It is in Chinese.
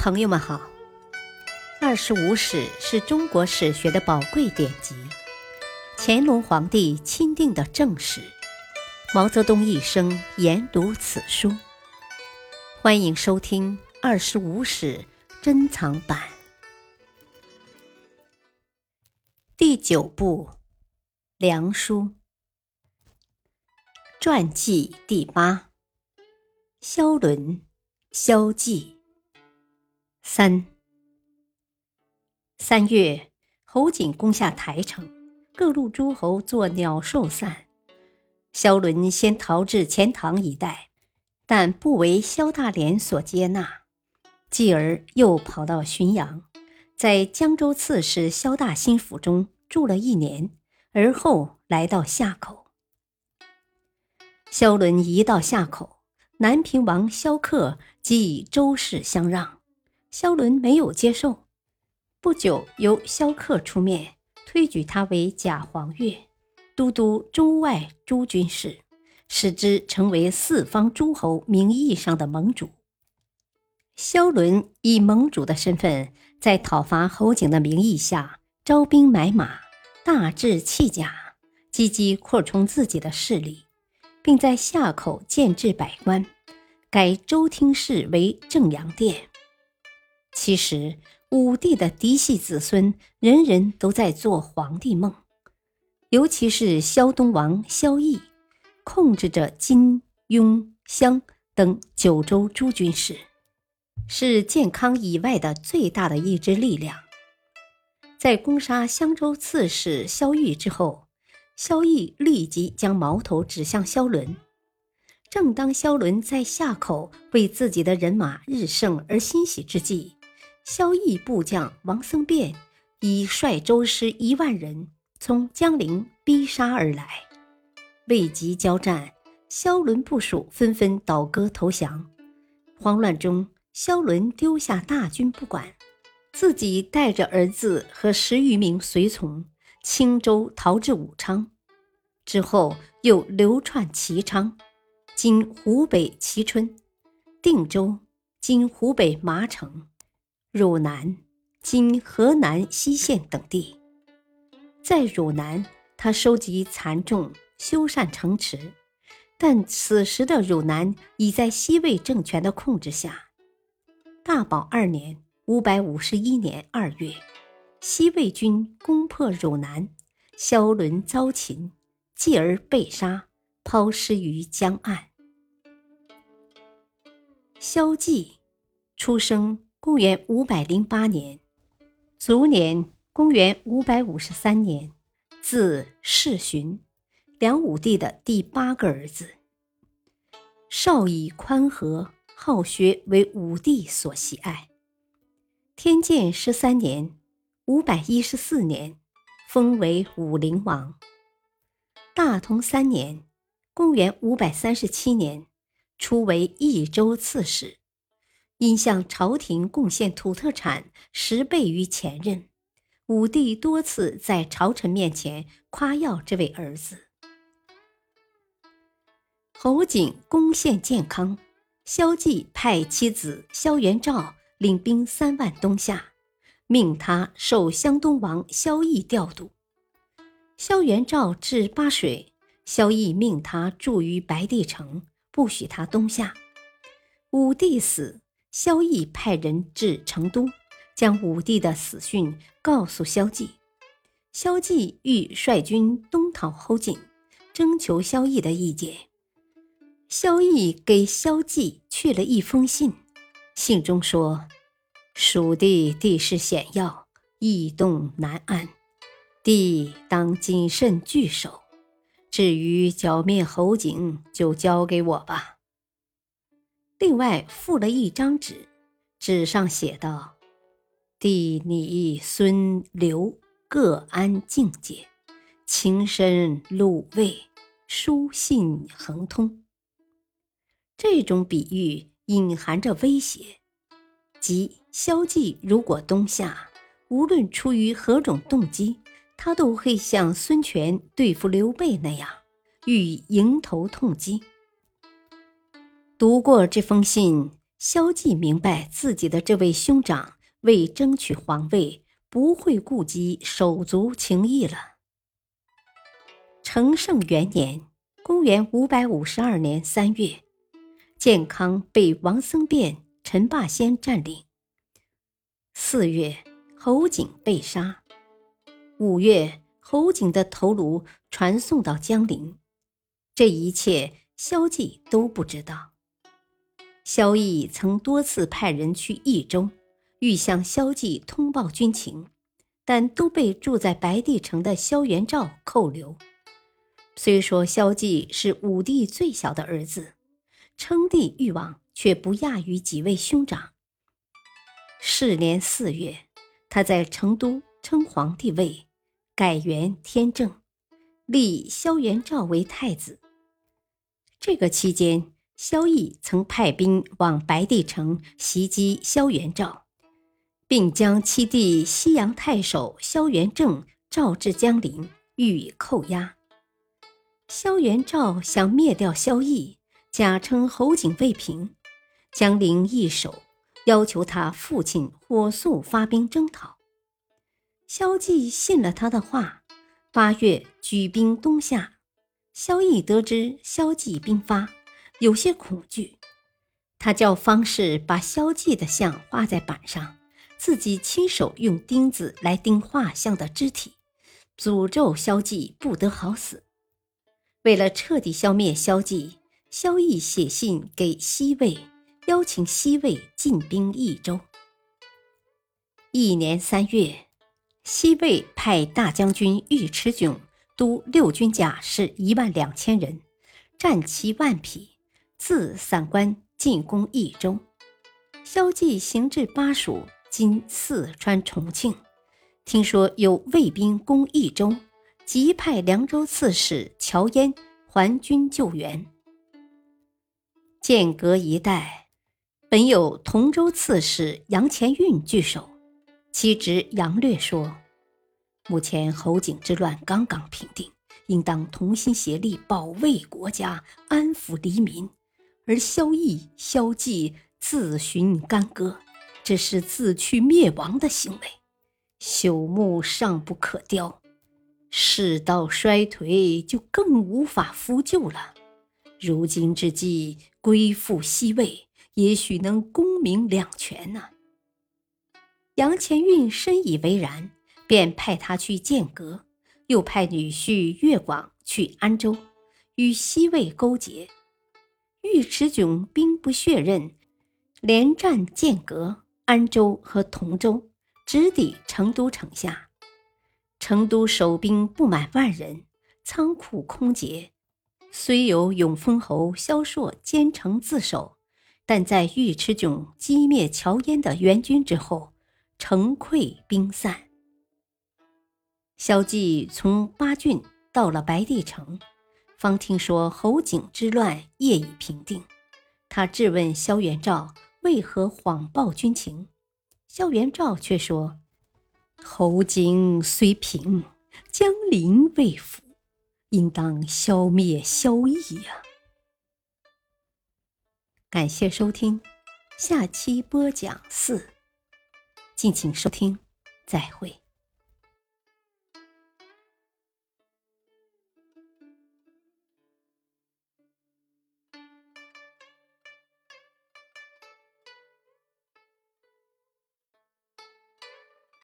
朋友们好，《25史》是中国史学的宝贵典籍，乾隆皇帝钦定的正史，毛泽东一生研读此书。欢迎收听《25史》珍藏版第9部《梁书》传记第8，萧伦、萧纪。3月，侯景攻下台城，各路诸侯作鸟兽散。萧伦先逃至钱塘一带，但不为萧大连所接纳，继而又跑到浔阳，在江州刺史萧大兴府中住了1年，而后来到夏口。萧伦一到夏口，南平王萧克即以周氏相让，萧伦没有接受。不久，由萧克出面推举他为假黄钺，都督中外诸军事，使之成为四方诸侯名义上的盟主。萧伦以盟主的身份，在讨伐侯景的名义下招兵买马，大置器甲，积极扩充自己的势力，并在夏口建制百官，改州厅事为正阳殿。其实武帝的嫡系子孙人人都在做皇帝梦，尤其是萧东王萧绎，控制着金、雍、襄等9州诸军事，是建康以外的最大的一支力量。在攻杀襄州刺史萧绎之后，萧绎立即将矛头指向萧伦。正当萧伦在夏口为自己的人马日盛而欣喜之际，萧绎部将王僧辩已率州师1万人从江陵逼杀而来。未及交战，萧伦部属纷纷倒戈投降。慌乱中，萧伦丢下大军不管，自己带着儿子和10余名随从轻舟逃至武昌，之后又流窜齐昌（今湖北蕲春）、定州（今湖北麻城）、汝南（今河南西县）等地。在汝南，他收集残众，修缮城池，但此时的汝南已在西魏政权的控制下。大宝2年551年2月，西魏军攻破汝南，萧伦遭擒，继而被杀，抛尸于江岸。萧纪出生公元508年，卒年公元553年，字世寻，梁武帝的第8个儿子。少以宽和，好学，为武帝所喜爱。天监13年514年，封为武陵王。大同3年公元537年，初为益州刺史，因向朝廷贡献土特产10倍于前任，武帝多次在朝臣面前夸耀这位儿子。侯景攻陷建康，萧纪派妻子萧元照领兵3万东下，命他受襄东王萧绎调度。萧元照至巴水，萧绎命他驻于白帝城，不许他东下。武帝死，萧绎派人至成都，将武帝的死讯告诉萧纪。萧纪欲率军东讨侯景，征求萧绎的意见。萧绎给萧纪去了一封信，信中说：蜀地地势险要，易动难安，帝当谨慎据守，至于剿灭侯景，就交给我吧。另外附了一张纸，纸上写道：帝拟孙刘各安境界，情深鲁卫，书信亨通。这种比喻隐含着威胁，即萧纪如果东下，无论出于何种动机，他都会像孙权对付刘备那样，予以迎头痛击。读过这封信， 萧纪明白自己的这位兄长为争取皇位，不会顾及手足情谊了。承圣元年，公元552年3月，建康被王僧辩、陈霸先占领。4月，侯景被杀。5月，侯景的头颅传送到江陵。这一切萧纪都不知道。萧绎曾多次派人去益州，欲向萧纪通报军情，但都被住在白帝城的萧元照扣留。虽说萧纪是武帝最小的儿子，称帝欲望却不亚于几位兄长。是年4月，他在成都称皇帝位，改元天正，立萧元照为太子。这个期间，萧绎曾派兵往白帝城袭击萧元照，并将其弟西阳太守萧元正召至江陵，予以扣押。萧元照想灭掉萧绎，假称侯景未平，江陵易手，要求他父亲火速发兵征讨。萧纪信了他的话，8月举兵东下。萧绎得知萧纪兵发，有些恐惧，他叫方士把萧纪的像画在板上，自己亲手用钉子来钉画像的肢体，诅咒萧纪不得好死。为了彻底消灭萧纪，萧绎写信给西魏，邀请西魏进兵益州。1年3月，西魏派大将军尉迟迥督6军甲士12000人，战骑10000匹，自散关进攻益州。萧纪行至巴蜀（今四川重庆），听说有魏兵攻益州，即派凉州刺史乔焉还军救援。剑阁一带本有同州刺史杨前运据守，其侄杨略说，目前侯景之乱刚刚平定，应当同心协力保卫国家，安抚黎民。而萧绎、萧纪自寻干戈，这是自取灭亡的行为，朽木尚不可雕，世道衰颓就更无法复旧了。如今之计，归附西魏，也许能功名两全呢。杨前运深以为然，便派他去剑阁，又派女婿岳广去安州，与西魏勾结。尉迟迥兵不血刃，连战剑阁、安州和同州，直抵成都城下。成都守兵不满万人，仓库空竭，虽有永丰侯萧硕坚城自守，但在尉迟迥击灭乔焉的援军之后，城溃兵散。萧纪从巴郡到了白帝城，方听说侯景之乱业已平定。他质问萧元照为何谎报军情，萧元照却说，侯景虽平，江陵未服，应当消灭萧绎呀。感谢收听，下期播讲4，敬请收听，再会。